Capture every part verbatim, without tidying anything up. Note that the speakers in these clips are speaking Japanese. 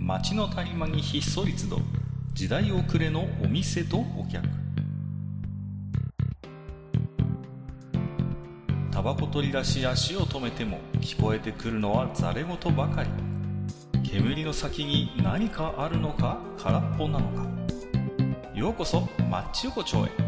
街の谷間にひっそり集う時代遅れのお店とお客。タバコ取り出し足を止めても聞こえてくるのはざれ言ばかり。煙の先に何かあるのか空っぽなのか。ようこそマッチ横丁へ。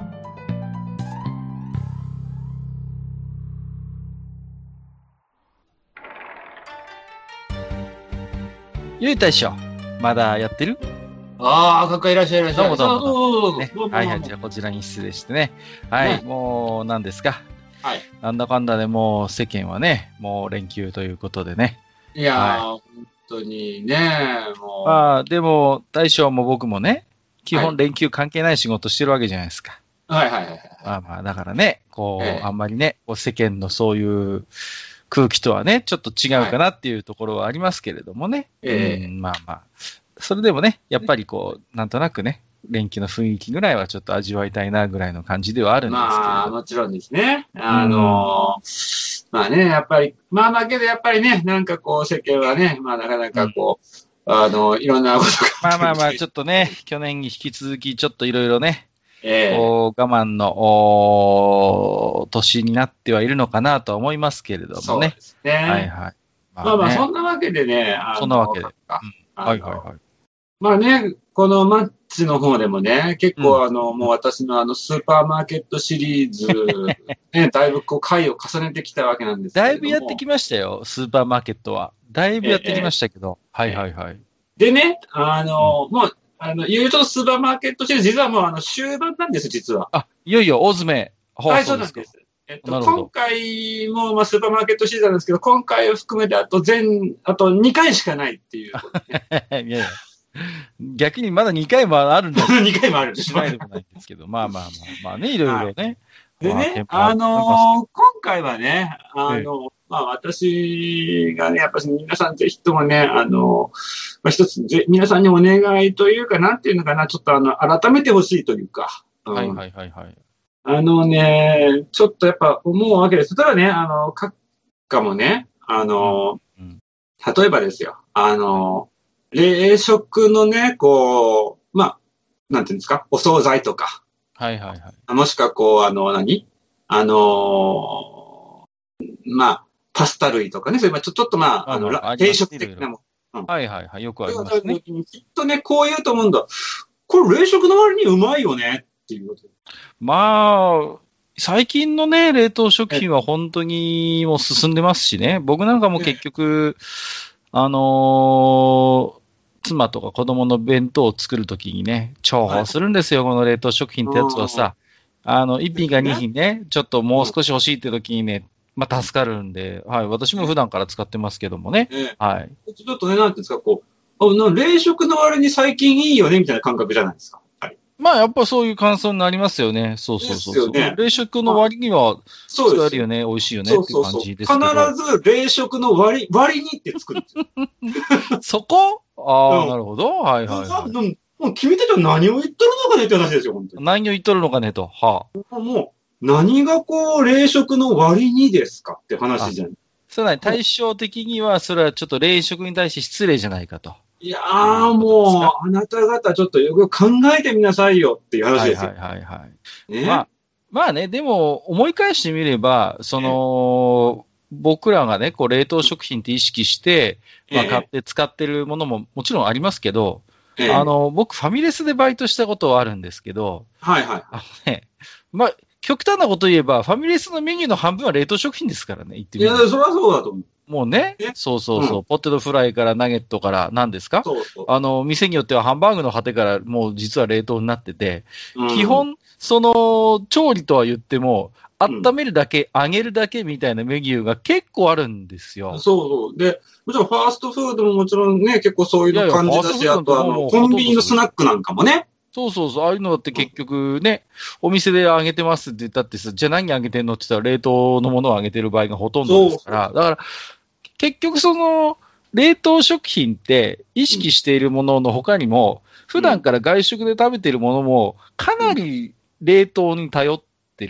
ゆい大将、まだやってる？ ああ、かっこいらっしゃいらっしゃい。 どうもどうもどうもどうぞどうぞねどうぞはいはい、じゃあこちらに失礼してね。はい、 ねもう何ですか。 はい。 なんだかんだでもう世間はね、もう連休ということでね。 いやー、 はい本当にね、もう。 まあ、でも大将も僕もね、基はい本連休関係ない仕事してるわけじゃないですか。 はいはいはいはい。 まあまあ、だからね、こう、 ええあんまりね、こう世間のそういう空気とはね、ちょっと違うかなっていうところはありますけれどもね。 ええうん、まあまあ。それでもね、やっぱりこう、なんとなくね、連休の雰囲気ぐらいはちょっと味わいたいなぐらいの感じではあるんですけれど。 まあ、もちろんですね。あのー、まあね、やっぱり、まあまあけどやっぱりね、なんかこう世間はね、まあなかなかこう、あの、いろんなことが。 まあまあまあ、ちょっっとね、去年に引き続きちょっといろいろね、 と、ええこう我慢のおー年になってはいるのかなとは思いますけれどもねそうで。すね。 はいはい。ままあまあ、 ねそんなわけでね、あのそんなわけで。 あうんのはいはいはい。 まあね、このマッチの方でもね、結構あの、もう私のあの、スーパーマーケットシリーズ、ね、だいぶこう、回を重ねてきたわけなんですけれだども。 いぶやってきましたよ、スーパーマーケットは。だいぶやってきましたけど。はいはいはい。 でね、あの、もう、あの、言うとスーパーマーケットシリーズ、実はもうあの、終盤なんです、実は。 あ、いよいよ大詰め放はい、そ送ですか。 うなんです。えっと、 なるほど今回も、まあ、スーパーマーケットシリーズなんですけど、今回を含めてあと全、あとにかいしかないっていうことでね。 いやいや。逆にまだにかいもあるんだにかいもあるんですしないでもないんですけど、まあまあまあ、まあね、いろいろね。 でねまあテン、ポああると思いますのー今回はね、あの、まあ私がね、やっぱり皆さんぜひともね、あの、まあ、一つぜ、皆さんにお願いというか、なんていうのかな、ちょっとあの、改めてほしいというか、うんはいはいはいはい。 あのね、ちょっとやっぱ思うわけです。ただね、あの、閣下もね、あの、 うん例えばですよ、あの、冷食のね、こう、まあ、なんていうんですか、お惣菜とか、 はいはいはい。 もしくはこう、あの、何あのーまあ、パスタ類とかね、それまあちょちょっとまあ、あの、 まあまあありますら定食的なもの。 はいはいはい。よくあうん。 りますね。 きっとね、こう言うと思うんだ。これ冷食の割にうまいよねっていうこと。 まあ、最近のね、冷凍食品は本当にもう進んでますしね。僕なんかも結局、あのー妻とか子供の弁当を作るときにね、重宝するんですよ、この冷凍食品ってやつはさ。あの、いっぴんかにひんね、ちょっともう少し欲しいってときにね、まあ助かるんで、はい、私も普段から使ってますけどもね。 ええはい。 ちょっとね、なんていうんですか、こう、あな冷食の割に最近いいよねみたいな感覚じゃないですか。はい。 まあやっぱそういう感想になりますよね。そうそうそうそう。 ですよね冷食の割には、 そうです使えるよね、美味しいよねっていう感そうそうそう。必じですけど。 ず冷食の割、割にって作るんですよ。 そこああ、 うんなるほど。はいはいはい。 でももう君たちは何を言ってるのかねって話ですよ、本当に。 何を言っとるのかねと。はあ。 もう、何がこう、冷食の割にですかって話じゃん。 それは対照的には、それはちょっと冷食に対して失礼じゃないかと。 いやーもう、あなた方ちょっとよく考えてみなさいよっていう話ですよ。 はいはいはいはい。 ね。 まあ、まあね、でも思い返してみれば、その、僕らがね、こう冷凍食品って意識して、まあ買って使ってるものももちろんありますけど、 ええあの、僕ファミレスでバイトしたことはあるんですけど、 はいはい。 あのね、まあ、極端なこと言えば、ファミレスのメニューの半分は冷凍食品ですからね、言っていや、 みれば。 そりゃそうだと思う。 もうねね、 そうそうそう、 うポテトフライからナゲットから何ですかそうそう。 あの、店によってはハンバーグの果てからもう実は冷凍になってて、 うん基本、その、調理とは言っても、温めるだけ、揚げるだけみたいなメニューが結構あるんですよ。 そうそう。で、もちろんファーストフードももちろんね、結構そういうの感じだし、 いやいやファーストフードあとあの、 ももうコンビニのスナックなんかもね。 そうそうそう、ああいうのだって結局ね、お店で揚げてますって言ったってさ、じゃあ何揚げてんのって言ったら冷凍のものを揚げてる場合がほとんどですから、だから、結局その、冷凍食品って意識しているものの他にも、普段から外食で食べているものも、かなり冷凍に頼ってるって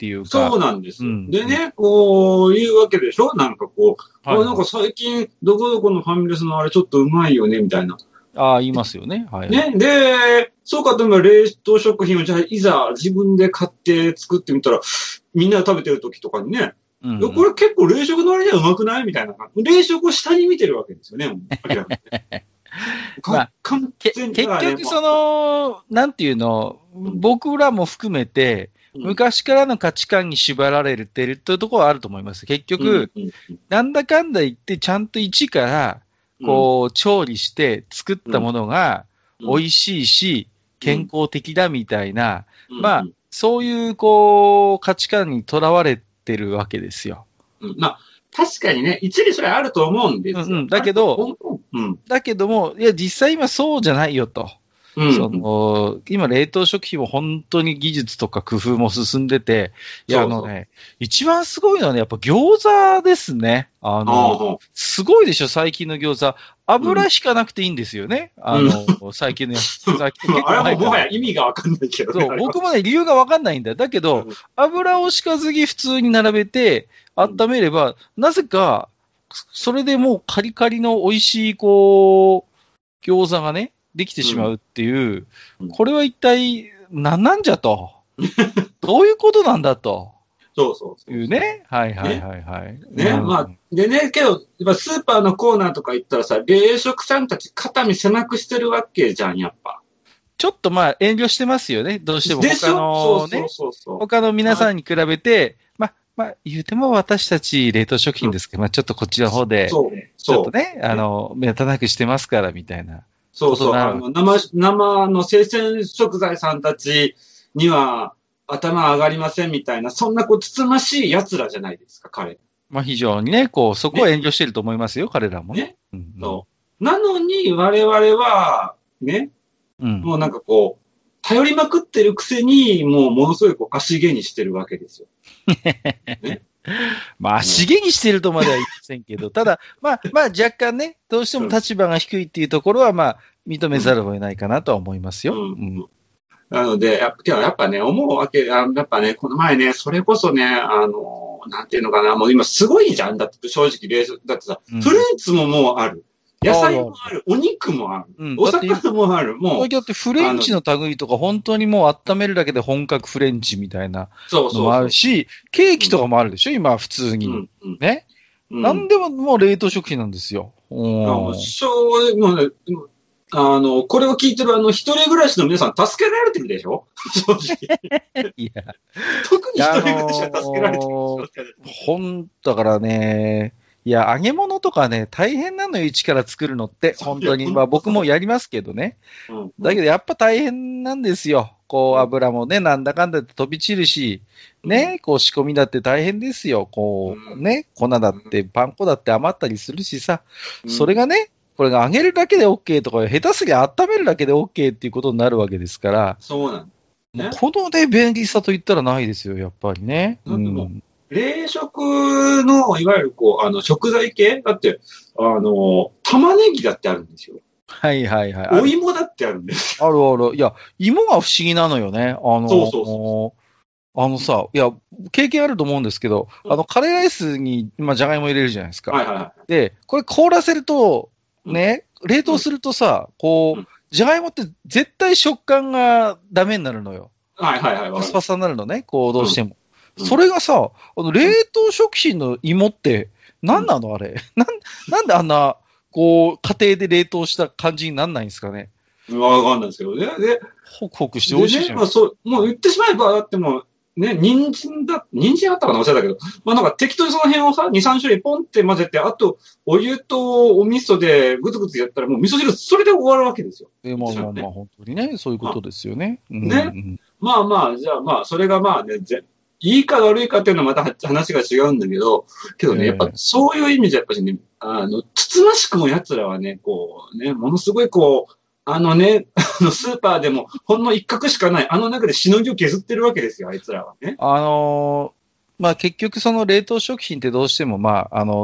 っていうか。 そうなんです。うん、でね、 こう、言うわけでしょなんかこう、 はいはい、 あ、なんか最近、どこどこのファミレスのあれちょっとうまいよね、みたいな。 ああ、言いますよね。はい。 ね。で、そうかと思えば冷凍食品をじゃあいざ自分で買って作ってみたら、みんな食べてる時とかにね、うんうん、これ結構冷食の割にはうまくないみたいな。冷食を下に見てるわけですよね。明らかにねまあ、結局その、なんていうの、僕らも含めて、昔からの価値観に縛られてるというところはあると思います。結局、うんうんうん、なんだかんだ言ってちゃんと一から、こう、調理して作ったものが美味しいし、健康的だみたいな、まあ、そういう、こう、価値観にとらわれてるわけですよ。 うん、まあ、確かにね、一理それあると思うんですよ。 うんうん、だけど、うん、だけども、いや、実際今そうじゃないよと。うん、その今、冷凍食品も本当に技術とか工夫も進んでて、いや、あのね、一番すごいのはね、やっぱ餃子ですね。あの、すごいでしょ、最近の餃子。油しかなくていいんですよね。うん、あの、最近のやつ。最近結構あれももはや意味がわかんないけど、ね、 そう、僕もね、理由がわかんないんだよ。だけど、油を敷かずに普通に並べて、温めれば、なぜか、それでもうカリカリの美味しい、こう、餃子がね、できてしまうっていう、うん、これは一体何なんじゃと。どういうことなんだと。 そうそうそう。 いうね。はいはいはいはい。 ね、ねうん、まあ、でね、けど、スーパーのコーナーとか行ったらさ、冷食さんたち肩身狭くしてるわけじゃん、やっぱ。 ちょっとまあ遠慮してますよね。どうしても他のね、他の皆さんに比べて、まあ、まあ、言うても私たち冷凍食品ですけど、うん、まあちょっとこっちの方で、そうちょっとね、あの、目立たなくしてますからみたいな。 そうそう。あの生、生の生鮮食材さんたちには頭上がりませんみたいな、そんなこう、つつましい奴らじゃないですか、彼。 まあ非常にね、こう、そこは遠慮してると思いますよ、ね、彼らもね。 ね。うん、そうなのに、我々は、ね、うん、もうなんかこう、頼りまくってるくせに、もうものすごいこう足毛にしてるわけですよ。 ねまあ、足毛にしてるとまでは言いませんけど、ただ、まあ、まあ、若干ね、どうしても立場が低いっていうところは、まあ、認めざるを得ないかなとは思いますよ。うんうん、 なので、やっぱ、やっぱね、思うわけ、やっぱね、この前ね、それこそね、あの、なんていうのかな、もう今すごいじゃん。だって正直、冷蔵だってさ、うん、フルーツももうある。野菜もある。お肉もある。うん、お魚もある。もう。 だってフレンチの類とか本当にもう温めるだけで本格フレンチみたいなのもあるし、そうそうそうケーキとかもあるでしょ、うん、今普通に。うんうん、ね、うん。なんでももう冷凍食品なんですよ。 もう正直、もうね、あの、これを聞いてるあの、一人暮らしの皆さん助けられてるでしょ正直。いや。特に一人暮らしは助けられてるでしょ、あのー、 ほん、だからね、いや、揚げ物とかね、大変なのよ、一から作るのって。本当に。まあ僕もやりますけどね。うんうん、だけどやっぱ大変なんですよ。こう、油もね、なんだかんだって飛び散るし、ね、こう仕込みだって大変ですよ。こう、ね、粉だって、パン粉だって余ったりするしさ。それがね、これが揚げるだけで OK とか、下手すりゃ温めるだけで OK っていうことになるわけですから。 そうなんね、このね、便利さと言ったらないですよ、やっぱりね。うん。 冷食の、いわゆるこう、あの、食材系だって、あの、玉ねぎだってあるんですよ。 はいはいはい。 お芋だってあるんです。 あるある。いや、芋が不思議なのよね。あの、そうそうそう。あのさ、いや、経験あると思うんですけど、うん、あの、カレーライスに、まあ、じゃがいも入れるじゃないですか。 はいはいはい。 で、これ凍らせると、ね、うん、冷凍するとさ、こう、うん、じゃがいもって絶対食感がダメになるのよ。 はいはいはい。 パサパサになるのね、こう、どうしても。うんそれがさ、あの、冷凍食品の芋って、何なの、うん、あれ。なん、なんであんな、こう、家庭で冷凍した感じになんないんですかね。 わかんないですけどね。で、 ホクホクして美味しいじゃん。 ね、まあそう、もう言ってしまえば、だってもう、ね、人参だ、人参あったかな忘れたけど、まあなんか適当にその辺をさ、に、さん種類ポンって混ぜて、あと、お湯とお味噌でぐつぐつやったら、もう味噌汁、それで終わるわけですよ。 えー、まあまあまあ、本当にね、そういうことですよね。 うん、ね、うん。まあまあ、じゃあまあ、それがまあね、ぜいいか悪いかっていうのはまた話が違うんだけど、けどね、やっぱそういう意味じゃやっぱりね、あの、つつましくも奴らはね、こうね、ものすごいこう、あのね、あのスーパーでもほんの一角しかない、あの中でしのぎを削ってるわけですよ、あいつらはね。 あのー、まあ結局その冷凍食品ってどうしてもまあ、あの、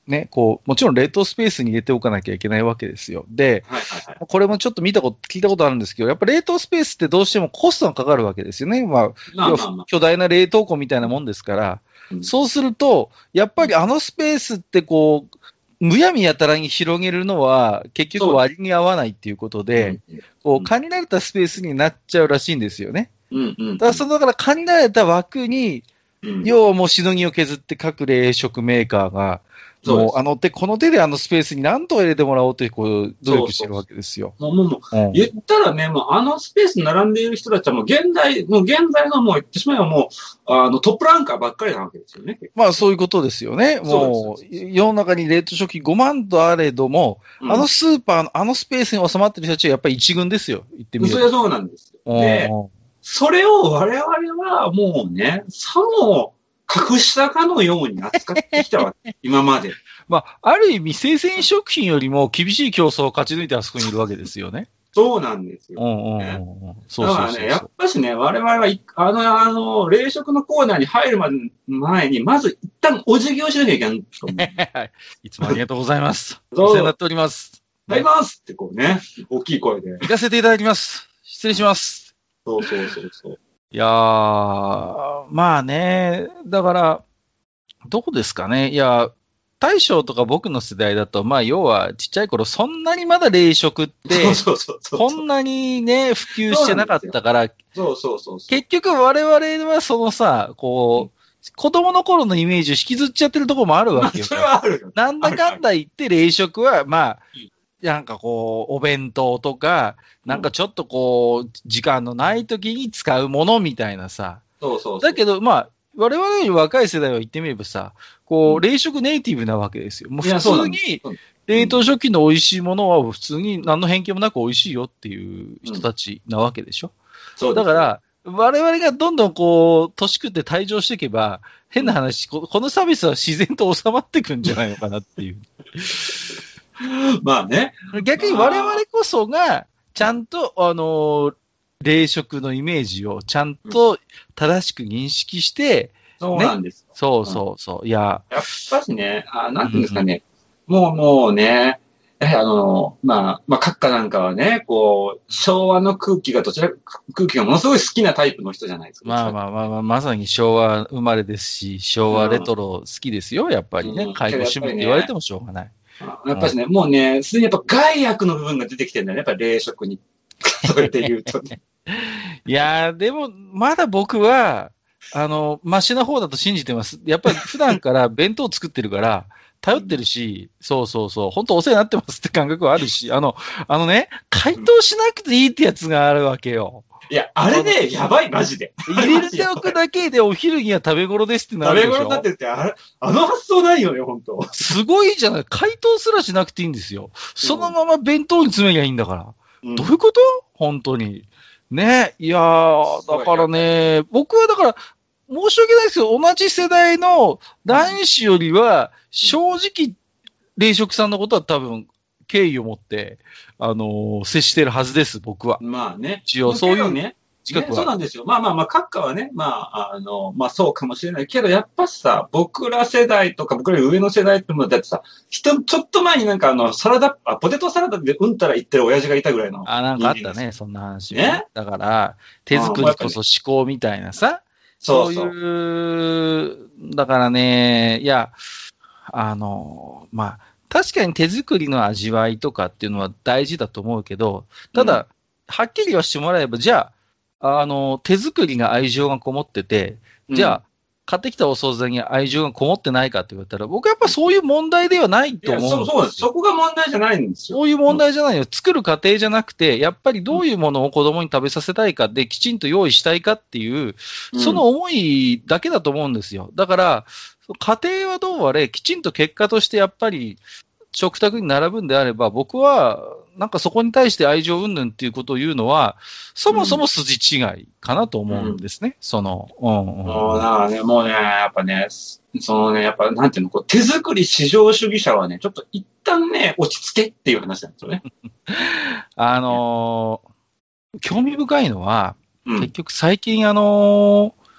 ね、こう、もちろん冷凍スペースに入れておかなきゃいけないわけですよ。で、 はいはいはい。 これもちょっと見たこと、聞いたことあるんですけど、やっぱ冷凍スペースってどうしてもコストがかかるわけですよね。まあ、 まあまあまあ。 巨大な冷凍庫みたいなもんですから、 うん、 そうすると、やっぱりあのスペースってこう、むやみやたらに広げるのは結局割に合わないっていうことで、 うん、 こう、限られたスペースになっちゃうらしいんですよね。 うんうん、 だから、その、だから限られた枠に、 うん、 要はもうしのぎを削って各冷食メーカーが、もうあの手、この手であのスペースに何とか入れてもらおうという、こう、努力してるわけですよ。 そうそうそうもう、もう、うん、言ったらね、もうあのスペースに並んでいる人たちはもう現代、もう現在のもう言ってしまえばもう、あのトップランカーばっかりなわけですよね。 まあそういうことですよね。もう、世の中に冷凍食品ごまんとあれども、うん、あのスーパーのあのスペースに収まってる人たちはやっぱり一軍ですよ。言ってみると。 それはそうなんですよ。で、それを我々はもうね、さも隠したかのように扱ってきたわけ。今まで。 まあ、ある意味、生鮮食品よりも厳しい競争を勝ち抜いてあそこにいるわけですよね。 そうなんですよ、 ね。うんうんうん。そうそうそうそう。 だからね、やっぱしね、我々は、あの、あの、冷食のコーナーに入るまで前に、まず一旦お辞儀をしなきゃいけないと思う。 いつもありがとうございます。お世話になっております。 ありますってこうね、大きい声で。 行かせていただきます。失礼します。 そうそうそうそう。 いやー、まあね、だから、どうですかね。いや、大将とか僕の世代だと、まあ要はちっちゃい頃そんなにまだ冷食って、こんなにね、普及してなかったから、 そうそうそう。 結局我々はそのさ、こう、子供の頃のイメージを引きずっちゃってるところもあるわけよ。 それはあるよ。 なんだかんだ言って冷食は、まあ、なんかこう、お弁当とか、なんかちょっとこう、時間のない時に使うものみたいなさ。 そうそうそう。 だけど、まあ、我々より若い世代は言ってみればさ、こう、冷食ネイティブなわけですよ。もう普通に、冷凍食品の美味しいものは普通に何の偏見もなく美味しいよっていう人たちなわけでしょ。そうだから、我々がどんどんこう、年食って退場していけば、変な話、このサービスは自然と収まっていくんじゃないのかなっていう。 まあね。 逆に我々こそが、ちゃんと、あの、冷食のイメージをちゃんと正しく認識して、 うんね、そうなんです。 そうそうそう。うん、いや。 やっぱしね、あなんていうんですかね、うん、もうもうね、やはりあの、まあ、まあ、閣下なんかはね、こう、昭和の空気がどちら、空気がものすごい好きなタイプの人じゃないですか。 まあまあまあまあ、まさに昭和生まれですし、昭和レトロ好きですよ、やっぱりね。うん、介護趣味って言われてもしょうがない。 やっぱりね、うん、もうね、すでにやっぱ害悪の部分が出てきてるんだよね、やっぱり冷食に。それで言うとね。 いやー、でも、まだ僕は、あの、マシな方だと信じてます。やっぱり普段から弁当作ってるから、頼ってるし、そうそうそう、本当お世話になってますって感覚はあるし、あの、あのね、解凍しなくていいってやつがあるわけよ。 いや、あれね、やばい、マジで。 入れておくだけでお昼には食べ頃ですってなるでしょ。 食べ頃になってるって、あれ、あの発想ないよね、本当。 すごいじゃない。解凍すらしなくていいんですよ。そのまま弁当に詰めりゃいいんだから。うん、どういうこと本当に。ね。いやー、だからね、僕はだから、申し訳ないですけど、同じ世代の男子よりは、正直、冷食さんのことは多分、敬意を持って、あのー、接してるはずです、僕は。 まあね。 一応、そういうね。 近くは、ね、そうなんですよ。まあまあまあ、閣下はね、まあ、あの、まあそうかもしれないけど、やっぱさ、僕ら世代とか、僕ら上の世代ってもだってさ、人、ちょっと前になんかあの、サラダ、あ、ポテトサラダでうんたら言ってる親父がいたぐらいの。 あ、なんかあったね、そんな話、ね。ね。だから、手作りこそ思考みたいなさ。そうそう。そういう、だからね、いや、あの、まあ、確かに手作りの味わいとかっていうのは大事だと思うけど、ただ、うん、はっきりはしてもらえば、じゃあ、あの、手作りが愛情がこもってて、じゃあ、うん、買ってきたお惣菜に愛情がこもってないかって言われたら、僕はやっぱそういう問題ではないと思うんですよ。 そう、そうです。そこが問題じゃないんですよ。 そういう問題じゃないよ。作る過程じゃなくて、やっぱりどういうものを子供に食べさせたいかで、きちんと用意したいかっていう、その思いだけだと思うんですよ。だから、家庭はどうあれ、きちんと結果としてやっぱり、食卓に並ぶんであれば、僕は、なんかそこに対して愛情云々っていうことを言うのは、そもそも筋違いかなと思うんですね。うん、その、うんうん。 もうだからね、もうね、やっぱね、そのね、やっぱなんていうの、こう手作り至上主義者はね、ちょっと一旦ね、落ち着けっていう話なんですよね。 あのー、興味深いのは、うん、結局最近あのー、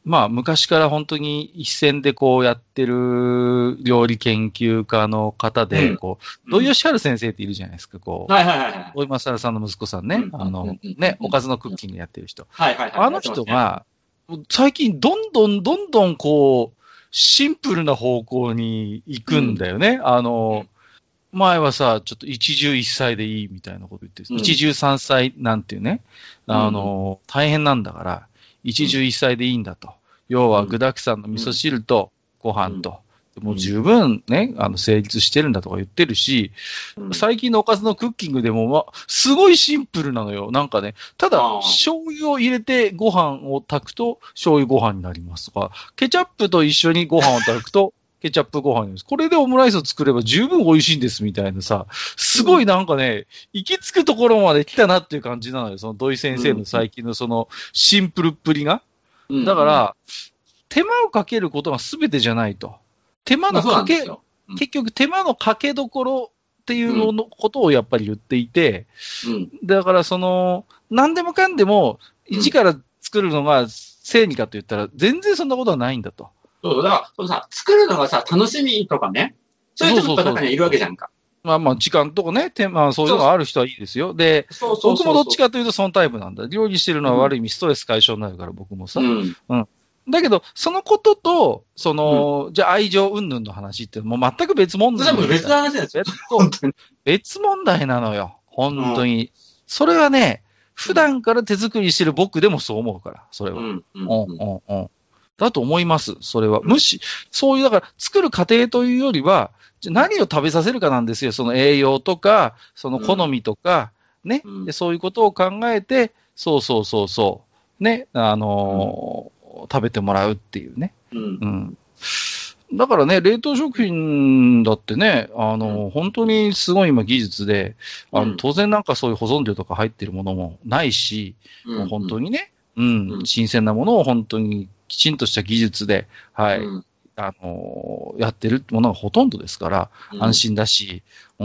まあ、昔から本当に一線でこうやってる料理研究家の方で、こう、土井善晴先生っているじゃないですか、こう。 はいはいはいはい。 土井勝さんの息子さんね、 うんあの、 うんね、おかずのクッキングやってる人。 はいはいはい。 あの人が、最近どんどんどんどんこう、シンプルな方向に行くんだよね。あの、前はさ、ちょっと一汁一菜でいいみたいなこと言ってる、うん、一汁三菜なんていうね、あの、うん、大変なんだから、一汁一菜でいいんだと。要は具沢山の味噌汁とご飯と。うん、もう十分ね、あの、成立してるんだとか言ってるし、うん、最近のおかずのクッキングでも、ま、すごいシンプルなのよ。なんかね、ただ、醤油を入れてご飯を炊くと醤油ご飯になりますとか、ケチャップと一緒にご飯を炊くと、ケチャップご飯です。これでオムライスを作れば十分美味しいんですみたいなさ、すごいなんかね、行き着くところまで来たなっていう感じなのよ。その土井先生の最近のそのシンプルっぷりが。うん、だから、手間をかけることが全てじゃないと。手間のかけ、うん、結局手間のかけどころっていうのことをやっぱり言っていて、うん、だからその、何でもかんでも一から作るのが正義かと言ったら全然そんなことはないんだと。 そう、だから、そのさ、作るのがさ、楽しみとかね、そういう人が中にはいるわけじゃんか。 まあまあ、時間とかね、手間、そういうのがある人はいいですよ。で、そうそうそうそう、僕もどっちかというとそのタイプなんだ。料理してるのは悪い意味、ストレス解消になるから、僕もさ。うん。うん。だけど、そのことと、その、うん、じゃあ愛情云々の話ってもう全く別問題。 それも別の話ですよ。 本当に。別問題なのよ。本当に。うん、それはね、普段から手作りしてる僕でもそう思うから、それは。うん。うん。うん。うん。だと思います、それは。むし、そういう、だから、作る過程というよりは、じゃ何を食べさせるかなんですよ。その栄養とか、その好みとか、うん、ね、で。そういうことを考えて、そうそうそうそう、ね、あのーうん、食べてもらうっていうね。うん。うん、だからね、冷凍食品だってね、あのーうん、本当にすごい今技術で、あの、当然なんかそういう保存料とか入ってるものもないし、うん、もう本当にね、うん、うん、新鮮なものを本当にきちんとした技術で、はい、うん、あのー、やってるものがほとんどですから、うん、安心だし、うん。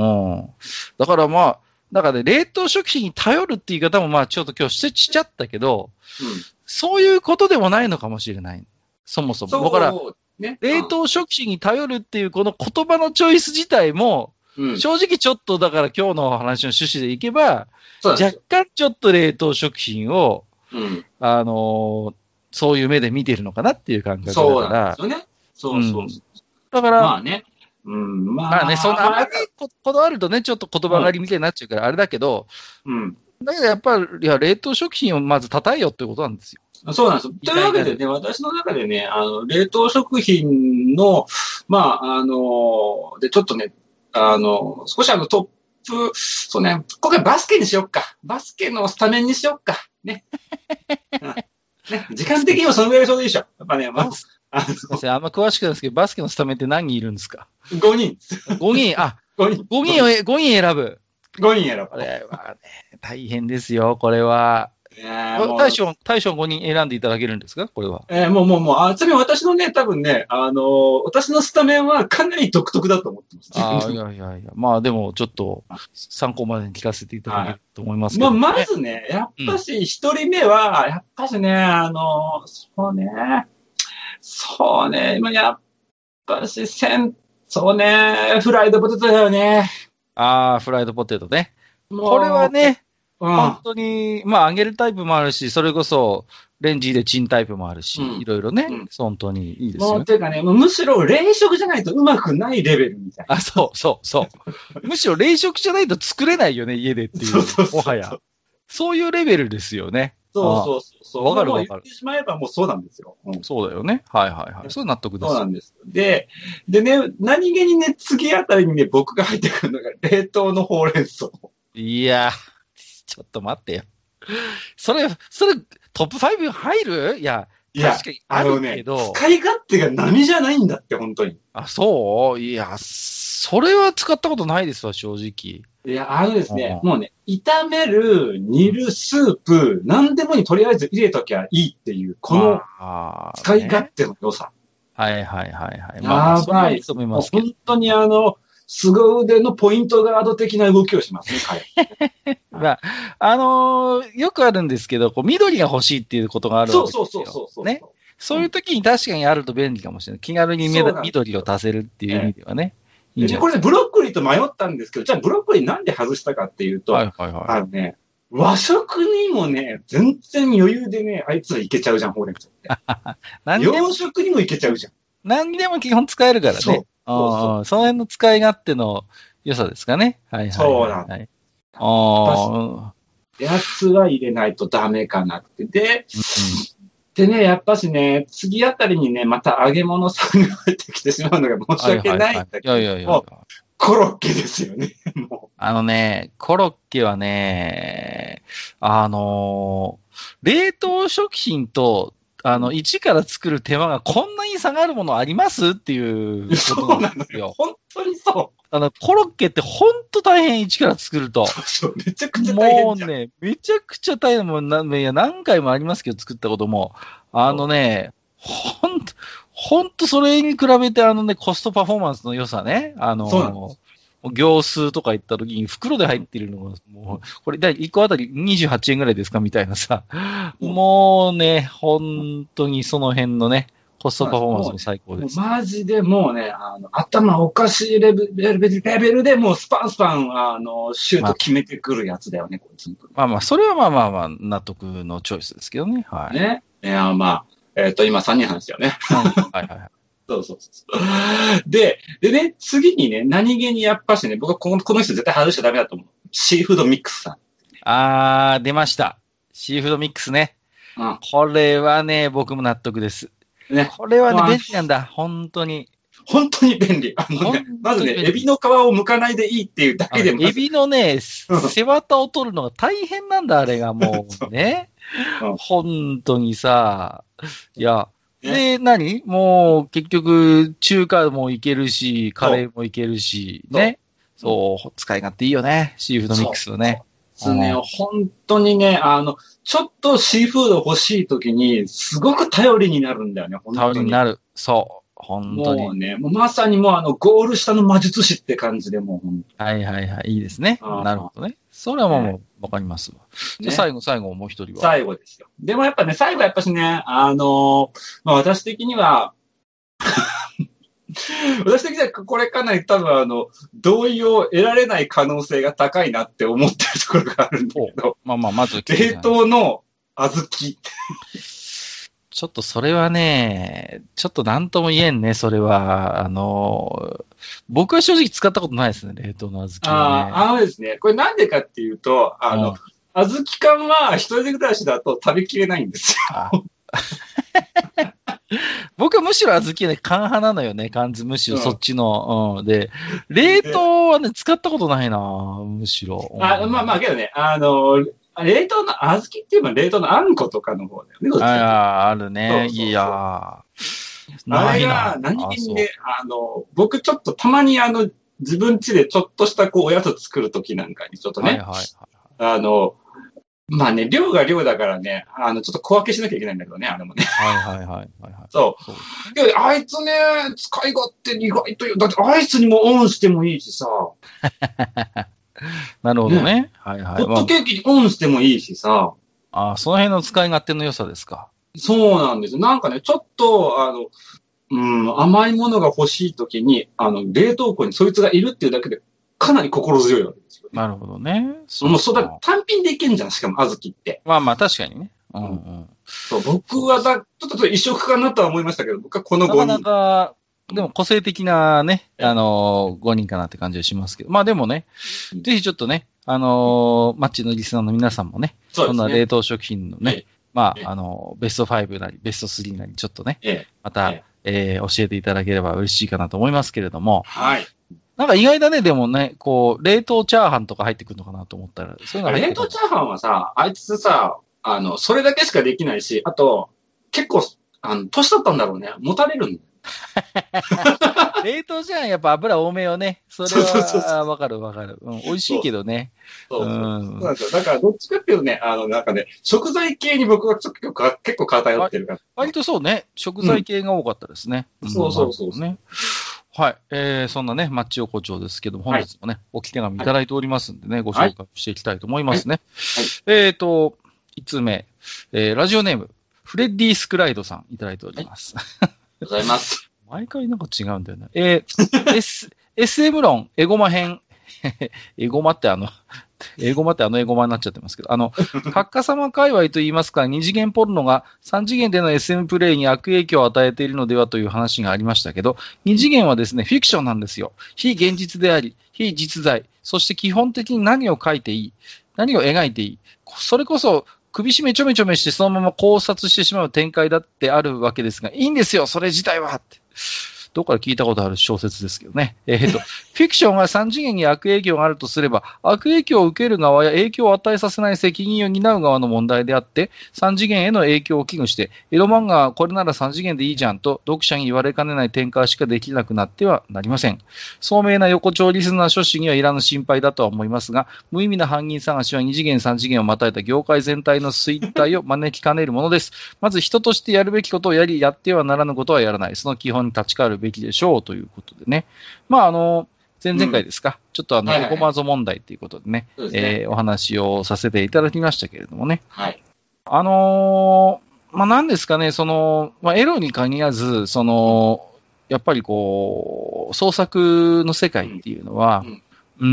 だからまあ、だからね、冷凍食品に頼るって言い方もまあちょっと今日しちゃったけど、うん、そういうことでもないのかもしれない。そもそも。だから、ね、冷凍食品に頼るっていうこの言葉のチョイス自体も、うん、正直ちょっとだから今日の話の趣旨でいけば、若干ちょっと冷凍食品を、うん、あのー、そういう目で見てるのかなっていう感覚だから。 そうなんですよね。そうそうそう。うん、 だから、 まあね。うん、まあ、 まあね、そんなあまりこだわるとね、ちょっと言葉狩りみたいになっちゃうからあれだけど、うん。だけどやっぱり、いや、冷凍食品をまず叩えよってことなんですよ。 そうなんですよ。というわけでね、私の中でね、あの、冷凍食品の、まあ、あの、で、ちょっとね、あの、少しあのトップ、そうね、今回バスケにしよっか。バスケのスタメンにしよっか。ね。ね、時間的にはそのぐらいちょうどいいでしょ。やっぱね、まず、 あの、あんま詳しくないですけど、バスケのスタメンって何人いるんですか？ ご 人。 ごにん、あ、ごにん。ごにんを、ごにん選ぶ。 ごにん選ぶ。 これはね、大変ですよ、これは。大将、大将ごにん選んでいただけるんですかこれは。 えー、もうもうもう、あ、ちなみに私のね、多分ね、あのー、私のスタメンはかなり独特だと思ってます。 ああ、いやいやいや。まあでも、ちょっと、参考までに聞かせていただけると思いますけど、ね。 まあ、まずね、やっぱし、一人目は、やっぱしね、あのー、そうね、そうね、今やっぱし、せん、そうね、フライドポテトだよね。 ああ、フライドポテトね。これはね、うん、本当に、まあ、揚げるタイプもあるし、それこそ、レンジでチンタイプもあるし、うん、いろいろね、うん、本当にいいですよね。 もう、ていうかね、もうむしろ冷食じゃないとうまくないレベルみたいな。 あ、そうそうそう。むしろ冷食じゃないと作れないよね、家でっていう。そうそうそうもはや。そういうレベルですよね。 そうそうそう。 わかるわかる。 言ってしまえばもうそうなんですよ。 うん、そうだよね。はいはいはい。そういう納得です。 そうなんです。で、でね、何気にね、次あたりにね、僕が入ってくるのが冷凍のほうれん草。 いや、ちょっと待ってよ。それ、それ、トップご入る？いや、確かにあるけど。 ね、使い勝手が波じゃないんだって、本当に。 あ、そう？いや、それは使ったことないですわ、正直。 いや、あのですね、もうね、炒める、煮る、スープ、何でもにとりあえず入れときゃいいっていう、この使い勝手の良さ。 はいはいはいはい。 まあ、やばい。本当にあの、凄腕のポイントガード的な動きをしますね、彼。 まあ、あのー、よくあるんですけど、こう緑が欲しいっていうことがあるわけですよ。 そうそうそうそうそう。 ね。 そういう時に確かにあると便利かもしれない。気軽に緑を足せるっていう意味ではね。 いいんじゃない？これね、ブロッコリーと迷ったんですけど、じゃあブロッコリーなんで外したかっていうと、 はいはいはい、 あのね、和食にもね、全然余裕でね、あいつらいけちゃうじゃん、ほうれん草って。洋食にもいけちゃうじゃん。 何にでも基本使えるからね。そう。そうそう、その辺の使い勝手の良さですかね。はいはい、はい。 そうなんだ。ああ。やつは入れないとダメかなって。で、うん、でね、やっぱしね、次あたりにね、また揚げ物さんが入ってきてしまうのが申し訳ないんだけど、はいはいはい、いやいやいやコロッケですよね、もう。 あのね、コロッケはね、あのー、冷凍食品と、あの、一から作る手間がこんなに差があるものありますっていうことなんですよ。 そうなのよ。本当にそう。 あの、コロッケってほんと大変、一から作ると。 そうそう、めちゃくちゃ大変。 もうね、めちゃくちゃ大変。もうな、いや、何回もありますけど、作ったことも。あのね、ほんと、ほんとそれに比べてあのね、コストパフォーマンスの良さね。あの、行数とか行った時に袋で入ってるのが、もう、これ、いっこあたりにじゅうはちえんぐらいですかみたいなさ。もうね、本当にその辺のね、コストパフォーマンスも最高です。 マジでもうね、あの、頭おかしいレベル、レベル、レベルでもうスパンスパン、あの、シュート決めてくるやつだよね、 まあ、 こいつ。 まあまあ、それはまあまあまあ、納得のチョイスですけどね。はい。 ね。いや、まあ、えっ、ー、と、今さんにん話よね。 はいはいはい。 そうそうそう。で、でね、次にね、何気にやっぱしね、僕はこのこの人絶対外しちゃダメだと思う。シーフードミックスさん。 あー、出ました。シーフードミックスね。うん、これはね、僕も納得です。ね。これはね、便利なんだ。本当に。 本当に便利。あのね、まずね、エビの皮を剥かないでいいっていうだけでも。 エビのね、背わたを取るのが大変なんだ、あれがもうね。本当にさ、いや、で、何もう、結局、中華もいけるし、カレーもいけるし、ね。そう、使い勝手いいよね。シーフードミックスはね。 そうね、本当にね、あの、ちょっとシーフード欲しいときに、すごく頼りになるんだよね、本当に。 頼りになる。そう。本当に。 もうね、もうまさにもうあの、ゴール下の魔術師って感じでもう。はいはいはい。いいですね。なるほどね。それはもう、わかりますわ。じゃあ最後、最後、もう一人は。 最後ですよ。でもやっぱね、最後はやっぱしね、あの、まあ私的には、私的にはこれかなり多分あの、同意を得られない可能性が高いなって思ってるところがあるんだけど。 まあまあ、まず。 冷凍の小豆。 ちょっとそれはね、ちょっとなんとも言えんね、それは。あの、僕は正直使ったことないですね、冷凍の小豆、ね。 ああ、あのですね、これなんでかっていうと、あの、うん、小豆缶は一人暮らしだと食べきれないんですよ。 僕はむしろ小豆ね、缶派なのよね、缶詰、むしろそっちの。うん、で、冷凍はね、使ったことないな、むしろ。 うん、あまあまあ、けどね、あの、冷凍の小豆って言えば冷凍のあんことかの方だよね。 ああ、あるね。そうそうそう、いやあれが何気にね、あの、僕ちょっとたまにあの、自分家でちょっとしたこうおやつ作るときなんかにちょっとね、はいはいはい、あの、まあね、量が量だからね、あの、ちょっと小分けしなきゃいけないんだけどね、あれもね。 はいはいはい、はい。 そう。そうであいつね、使い勝手意外と、だってアイスにもオンしてもいいしさ。 なるほどね。ね、はいはい。 ホットケーキにオンしてもいいしさ。 ああ、その辺の使い勝手の良さですか。 そうなんですよ。なんかね、ちょっと、あの、うん、甘いものが欲しいときに、あの、冷凍庫にそいつがいるっていうだけで、かなり心強いわけですよ、ね。 なるほどね。 そうもうそうだ、単品でいけんじゃん、しかも、小豆って。 まあまあ、確かにね。うんうん。 そう、僕はだ、ちょっと異色かなとは思いましたけど、僕はこのごにん。 なかなか、でも個性的なね、あのー、ごにんかなって感じはしますけど。まあでもね、うん、ぜひちょっとね、あのー、マッチのリスナーの皆さんもね、そうですね、そんな冷凍食品のね、ええ、まあ、あの、ベストファイブなり、ベストスリーなり、ちょっとね、ええ、また、えええー、教えていただければ嬉しいかなと思いますけれども、 はい。 なんか意外だね、でもね、こう、冷凍チャーハンとか入ってくるのかなと思ったら、そういうの入って冷凍チャーハンはさ、あいつさ、あの、それだけしかできないし、あと、結構、あの、年取ったんだろうね。持たれるんだよ。 冷凍じゃん、やっぱ油多めよね。それは、わかるわかる。うん、美味しいけどね。 そうそうそう。うん、そうなんですよ。だから、どっちかっていうとね、あの、なんかね、食材系に僕はちょっと結構偏ってるから。 割とそうね。食材系が多かったですね。 うん、そうそうそう。 ね。はい。えー、そんなね、マッチ横丁ですけども、本日もね、はい、置き手紙いただいておりますんでね、はい、ご紹介していきたいと思いますね。はいはい、えーと、いつつめ、えー、ラジオネーム、 フレッディ・スクライドさんいただいております。 はい、ありがとうございます。 毎回なんか違うんだよね。えー、S、エスエム 論、エゴマ編。エゴマってあの、エゴマってあのエゴマになっちゃってますけど、あの、作家様界隈といいますか、二次元ポルノが三次元での エスエム プレイに悪影響を与えているのではという話がありましたけど、二次元はですね、フィクションなんですよ。非現実であり、非実在、そして基本的に何を書いていい、何を描いていい、それこそ、首絞めちょめちょめしてそのまま考察してしまう展開だってあるわけですが、いいんですよ、それ自体はって。どっかで聞いたことある小説ですけどね。えっと、フィクションが三次元に悪影響があるとすれば、悪影響を受ける側や影響を与えさせない責任を担う側の問題であって、三次元への影響を危惧して、エロ漫画はこれなら三次元でいいじゃんと、読者に言われかねない展開しかできなくなってはなりません。聡明な横丁リスナー諸氏にはいらぬ心配だとは思いますが、無意味な犯人探しは二次元三次元をまたいだ業界全体の衰退を招きかねるものです。まず人としてやるべきことをやり、やってはならぬことはやらない。その基本に立ち返るべきでしょうということでね。まあ、あの、前々回ですか、うん、ちょっとあの、エゴマゾ問題ということでね、でねえー、お話をさせていただきましたけれどもね。 はい。 あのー、まあ、なんですかね、その、まあ、エロに限らず、その、やっぱりこう、創作の世界っていうのは、うん、うん、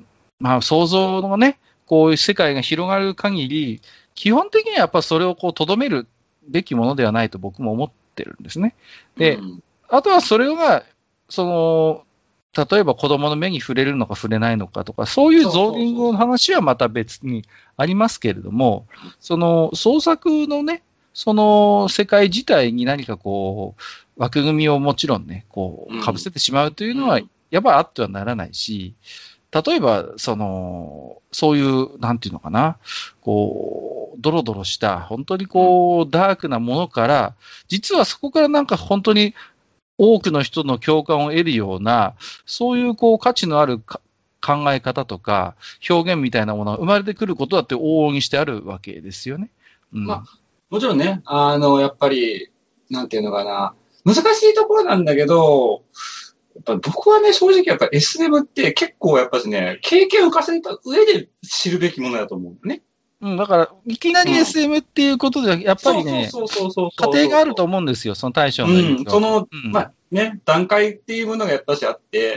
まあ、想像のね、こういう世界が広がる限り、基本的にはやっぱそれをこう、留めるべきものではないと僕も思ってるんですね。で、うんあとはそれが、その、例えば子供の目に触れるのか触れないのかとか、そういうゾーニングの話はまた別にありますけれども、その創作のね、その世界自体に何かこう、枠組みをもちろんね、こう、被せてしまうというのは、やっぱりあってはならないし、例えば、その、そういう、なんていうのかな、こう、ドロドロした、本当にこう、ダークなものから、実はそこからなんか本当に、多くの人の共感を得るような、そういうこう価値のある考え方とか表現みたいなものが生まれてくることだって往々にしてあるわけですよね。 うん、まあ、もちろんね、あの、やっぱり、なんていうのかな、難しいところなんだけど、やっぱ僕はね、正直やっぱ エスエム って結構やっぱりね、経験を重ねた上で知るべきものだと思うんだね。 うん、だから、いきなり エスエム っていうことで、やっぱりね、過程があると思うんですよ、その対象の。 うん、その、うん、まあね、段階っていうものがやっぱしあって、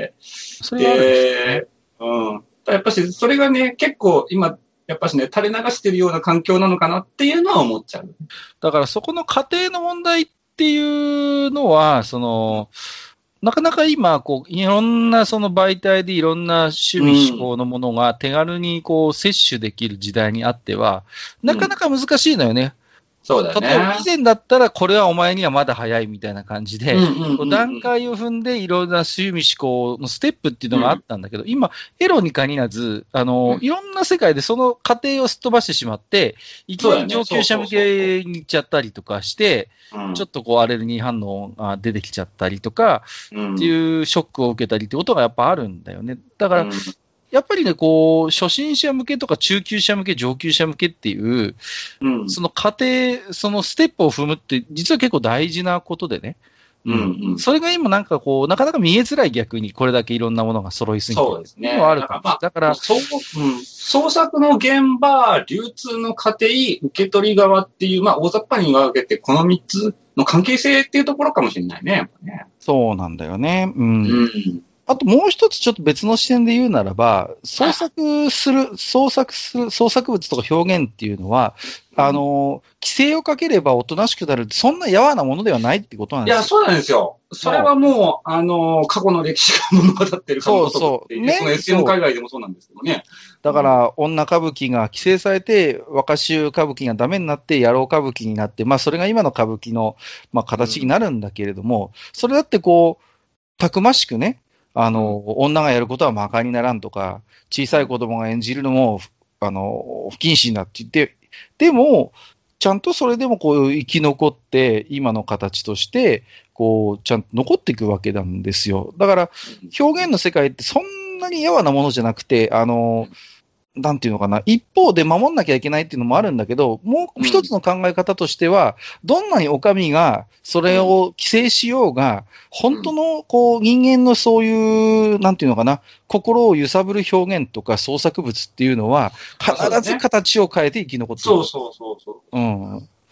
それはあるんですね。 うん。やっぱし、それがね、結構今、やっぱしね、垂れ流してるような環境なのかなっていうのは思っちゃう。 だからそこの過程の問題っていうのは、その、なかなか今、こう、いろんなその媒体でいろんな趣味思考のものが手軽にこう摂取できる時代にあっては、なかなか難しいのよね。 そうだね。 例えば以前だったらこれはお前にはまだ早いみたいな感じで、段階を踏んでいろんな趣味思考のステップっていうのがあったんだけど、うん、今、エロに限らず、あの、うん、いろんな世界でその過程をすっ飛ばしてしまって、いきなり上級者向けに行っちゃったりとかして、ちょっとこうアレルギー反応が出てきちゃったりとか、うん、っていうショックを受けたりってことがやっぱあるんだよね。だから、うんやっぱりね、こう、初心者向けとか中級者向け、上級者向けっていう、うん、その過程、そのステップを踏むって、実は結構大事なことでね。うんうん、それが今なんかこう、なかなか見えづらい逆に、これだけいろんなものが揃いすぎてる。 そうですね。 あるかもしれない。だから、だからそう、うん、創作の現場、流通の過程、受け取り側っていう、まあ、大雑把に分けて、このみっつの関係性っていうところかもしれないね、やっぱね。 そうなんだよね。うん。 うんあともう一つちょっと別の視点で言うならば、創作する、創作する、創作物とか表現っていうのは、うん、あの、規制をかければおとなしくなる、そんなやわなものではないってことなんですよ。 いや、そうなんですよ。それはもう、あの、過去の歴史が物語ってるかもしれない。そうそう。ね。その エスエム 海外でもそうなんですけどね。 だから、女歌舞伎が規制されて、若衆歌舞伎がダメになって、野郎歌舞伎になって、まあ、それが今の歌舞伎の、まあ、形になるんだけれども、うん、それだってこう、たくましくね、あの、うん、女がやることは馬鹿にならんとか、小さい子供が演じるのも、あの、不謹慎だって言って、でも、ちゃんとそれでもこう生き残って、今の形として、こう、ちゃんと残っていくわけなんですよ。だから、表現の世界ってそんなにやわなものじゃなくて、あの、なんていうのかな、一方で守んなきゃいけないっていうのもあるんだけど、もう一つの考え方としては、うん、どんなにお上がそれを規制しようが、本当のこう人間のそういう、なんていうのかな、心を揺さぶる表現とか創作物っていうのは、必ず形を変えて生き残っている。 そうそうそうそう。 うん。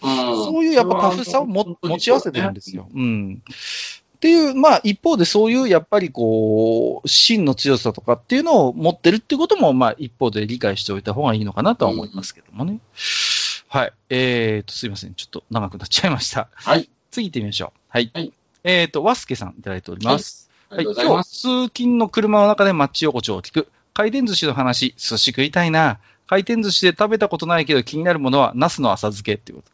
そういうやっぱタフさをも持ち合わせてるんですよ。うん。っていう、まあ一方でそういうやっぱりこう、芯の強さとかっていうのを持ってるっていうことも、まあ一方で理解しておいた方がいいのかなとは思いますけどもね。うん、はい。えーと、すいません。ちょっと長くなっちゃいました。 はい。 次行ってみましょう。はい。 はい、 えーと、ワスケさんいただいております。 はい。はい、今日、 通勤の車の中で町横丁を聞く。回転寿司の話、寿司食いたいな。回転寿司で食べたことないけど気になるものは、ナスの浅漬けっていうこと。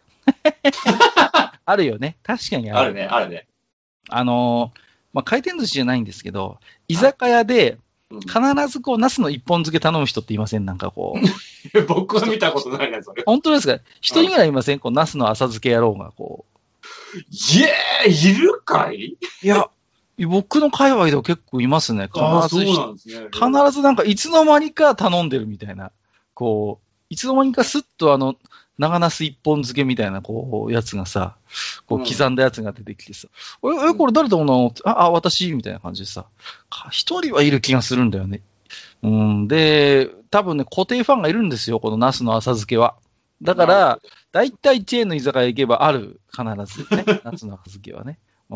あるよね。確かにある。 あるね、あるね。 あのー、まあ、回転寿司じゃないんですけど、居酒屋で、必ずこう、ナスの一本漬け頼む人っていません？なんかこう。僕は見たことないね、それ。 本当ですか？一人ぐらいいません？こう、ナスの浅漬け野郎がこう。いえー、いるかい？ いや、僕の界隈では結構いますね。必ず。 あ、そうなんですね。 必ずなんかいつの間にか頼んでるみたいな。こう、いつの間にかスッとあの、長ナス一本漬けみたいな、こう、やつがさ、こう、刻んだやつが出てきてさ、うん、え、え、これ誰と思うの？あ、あ、私みたいな感じでさ、一人はいる気がするんだよね。うん、で、多分ね、固定ファンがいるんですよ、このナスの浅漬けは。だから、だいたいチェーンの居酒屋行けばある、必ずね、ナスの浅漬けはね。うん、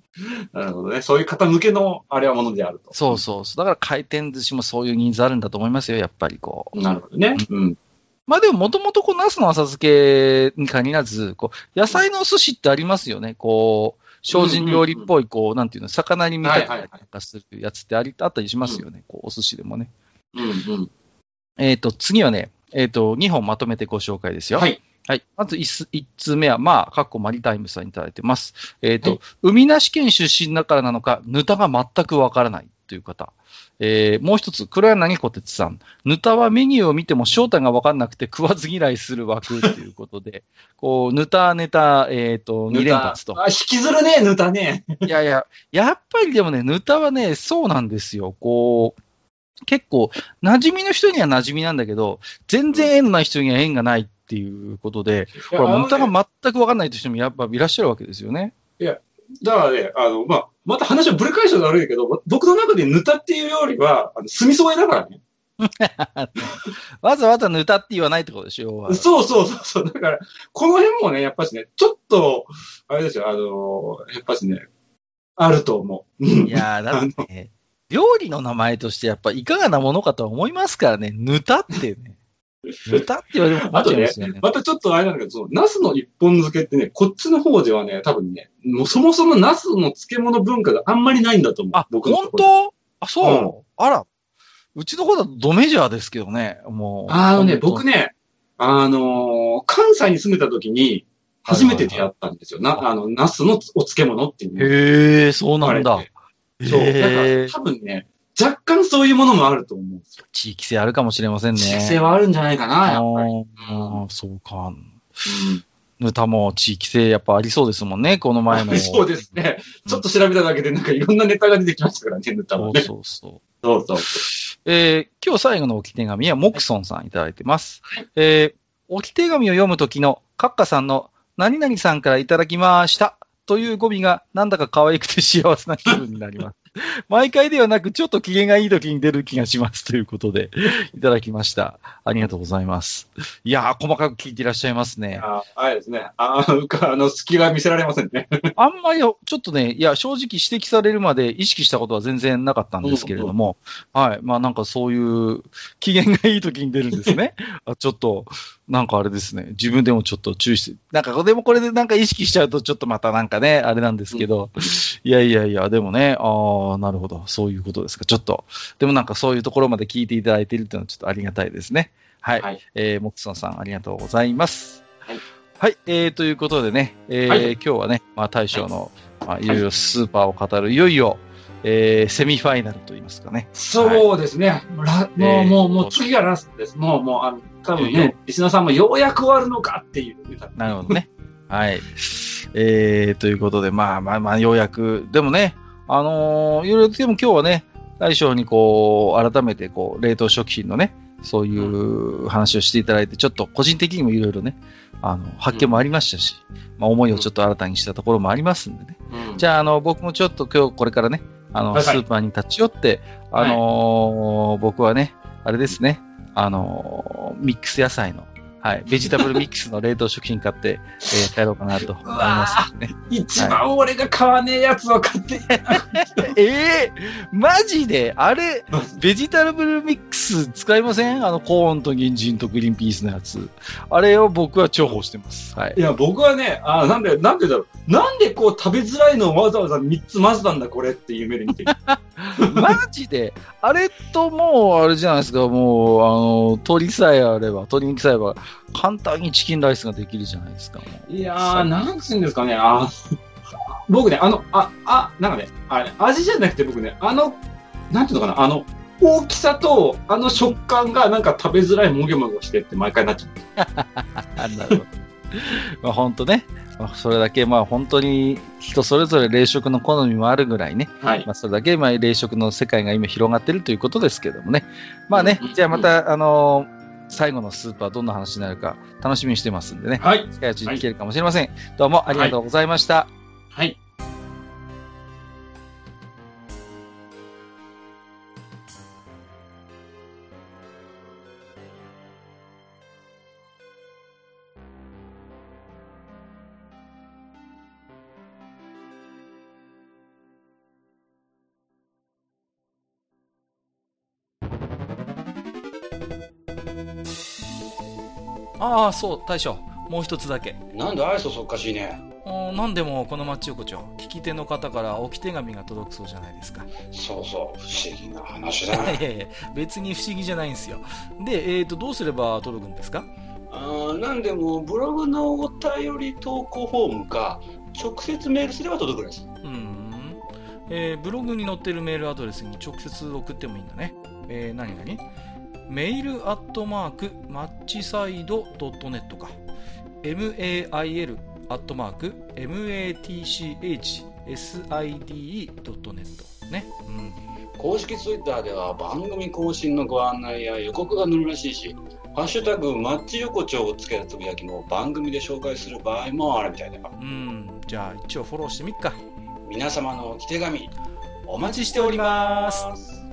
なるほどね。そういう方向けの、あれはものであると。 そうそうそう。だから回転寿司もそういうニーズあるんだと思いますよ、やっぱりこう。 なるほどね。うん。 まあでも、もともとこう、ナスの浅漬けに限らず、こう、野菜のお寿司ってありますよね。こう、精進料理っぽい、こう、なんていうの、魚に見立てたりとかするやつってあり、あったりしますよね。こう、お寿司でもね。 うんうん。 えっと、次はね、えっと、にほんまとめてご紹介ですよ。 はい。 はい。まずいちつめは、まあ、かっこマリタイムさんにいただいてます。えっと、はい、海なし県出身だからなのか、ヌタが全くわからないという方。えー、もう一つ、黒柳小鉄さん。ヌタはメニューを見ても正体が分かんなくて食わず嫌いする枠ということで、こう、ヌタネタ、えっと、に連発と。 あ、引きずるね、ヌタね。 いやいや、やっぱりでもね、ヌタはね、そうなんですよ。こう、結構、馴染みの人には馴染みなんだけど、全然縁のない人には縁がないっていうことで、これ、ヌタが全く分かんないという人もやっぱいらっしゃるわけですよね。 いや、だからね、あの、まあ、また話をぶり返したら悪いけど、僕の中でヌタっていうよりは、あの、墨添えだからね。 わざわざヌタって言わないってことでしょ。 そうそうそうそう。だから、この辺もね、やっぱしね、ちょっと、あれですよ、あの、やっぱしね、あると思う。 いやー、だってね、料理の名前としてやっぱいかがなものかとは思いますからね、ヌタってね。ヌタって言われるもんですよね。あとね、またちょっとあれなんだけど、その、ナスの一本漬けってね、こっちの方ではね、多分ね、もうそもそもナスの漬物文化があんまりないんだと思う。 あ、 僕の本当？あ、そう、うん、あら。うちの方だとドメジャーですけどね、もう。 あのね、僕ね、あのー、関西に住んでた時に、初めて出会ったんですよ。はいはいはい、な、あの、ナスのお漬物っていう。 へー、そうなんだ。 そう。だから多分ね、若干そういうものもあると思うんですよ。 地域性あるかもしれませんね。 地域性はあるんじゃないかな、やっぱり。 ああ、そうか。うん。ヌタも地域性やっぱありそうですもんね、この前の。 そうですね。ちょっと調べただけでなんかいろんなネタが出てきましたからね、ヌタもね。 そうそうそう。 そうそう。 えー、今日最後の置き手紙はモクソンさんいただいてます。はい、えー、置き手紙を読むときのカッカさんの何々さんからいただきましたという語尾がなんだか可愛くて幸せな気分になります。毎回ではなく、ちょっと機嫌がいい時に出る気がしますということで、いただきました。ありがとうございます。いやー、細かく聞いていらっしゃいますね。 ああれですね。ああの、隙が見せられませんね。 あんまり、ちょっとね、いや、正直指摘されるまで意識したことは全然なかったんですけれども、うんうん、はい。まあなんかそういう機嫌がいい時に出るんですね。あちょっと、なんかあれですね。自分でもちょっと注意して。なんか、でもこれでなんか意識しちゃうとちょっとまたなんかね、あれなんですけど、うん、いやいやいや、でもね、ああ、なるほど。そういうことですか。ちょっと。でもなんかそういうところまで聞いていただいているというのはちょっとありがたいですね。はい。はい、えー、モクソンさんありがとうございます。はい。はい。えー、ということでね、えーはい、今日はね、まあ大将の、まあいろいろスーパーを語る、いよいよ、えー、セミファイナルといいますかね。 そうですね。はい、もう、もう、もう次がラストです。もう、もう、あの、多分ね、リスナーさんもようやく終わるのかっていう。 なるほどね。はい。えー、ということで、まあまあまあ、ようやく、でもね、あのー、いろいろでも今日はね、大将にこう、改めてこう、冷凍食品のね、そういう話をしていただいて、ちょっと個人的にもいろいろね、あの、発見もありましたし、まあ思いをちょっと新たにしたところもありますんでね。うん、じゃあ、あの、僕もちょっと今日これからね、あの、はいはい、スーパーに立ち寄って、あのーはい、僕はね、あれですね、あのー、ミックス野菜の、 はい。ベジタブルミックスの冷凍食品買って、えー、帰ろうかなと思いますね。 一番俺が買わねえやつを買って。 ええー、マジであれ、ベジタブルミックス使いません？あの、コーンと人参とグリーンピースのやつ。あれを僕は重宝してます。はい。 いや、僕はね、あなんで、なんでだろう。なんでこう食べづらいのをわざわざみっつ混ぜたんだ、これっていう目で見てる。 マジであれともう、あれじゃないですか、もう、あの、鶏さえあれば、鶏肉さえあれば、簡単にチキンライスができるじゃないですか。もういやー、なんつうんですかね、あ僕ね、あの、あ、あ、なんかね、あれ、味じゃなくて僕ね、あの、なんていうのかな、あの、大きさと、あの食感がなんか食べづらいもぎょもぎょしてって毎回なっちゃう。 なるほど。まあ本当ね、まあ、それだけまあ本当に人それぞれ冷食の好みもあるぐらいね、はい、まあそれだけまあ冷食の世界が今広がっているということですけどもね。まあね、じゃあまた、あのー、最後のスープはどんな話になるか楽しみにしてますんでね。はい。近いうちに聞けるかもしれません。はい、どうもありがとうございました。 はい。はい。 ああ、そう、大将。もう一つだけ。 なんで愛想そっかしいね。 なんでもこの町横丁、聞き手の方から置き手紙が届くそうじゃないですか。 そうそう、不思議な話だね。 いやいや、別に不思議じゃないんですよ。で、えーと、どうすれば届くんですか？ あなんでも、ブログのお便り投稿フォームか、直接メールすれば届くんです。 うん、えー。ブログに載ってるメールアドレスに直接送ってもいいんだね。えー、何々メイルアットマークマッチサイドドットネットか mail アットマーク matchside ドットネットね、うん、 公式ツイッターでは番組更新のご案内や予告が載るらしいし、ハッシュタグマッチ横丁をつけたつぶやきも番組で紹介する場合もあるみたいだよ。 うん、じゃあ一応フォローしてみっか。 皆様のお手紙お待ちしております。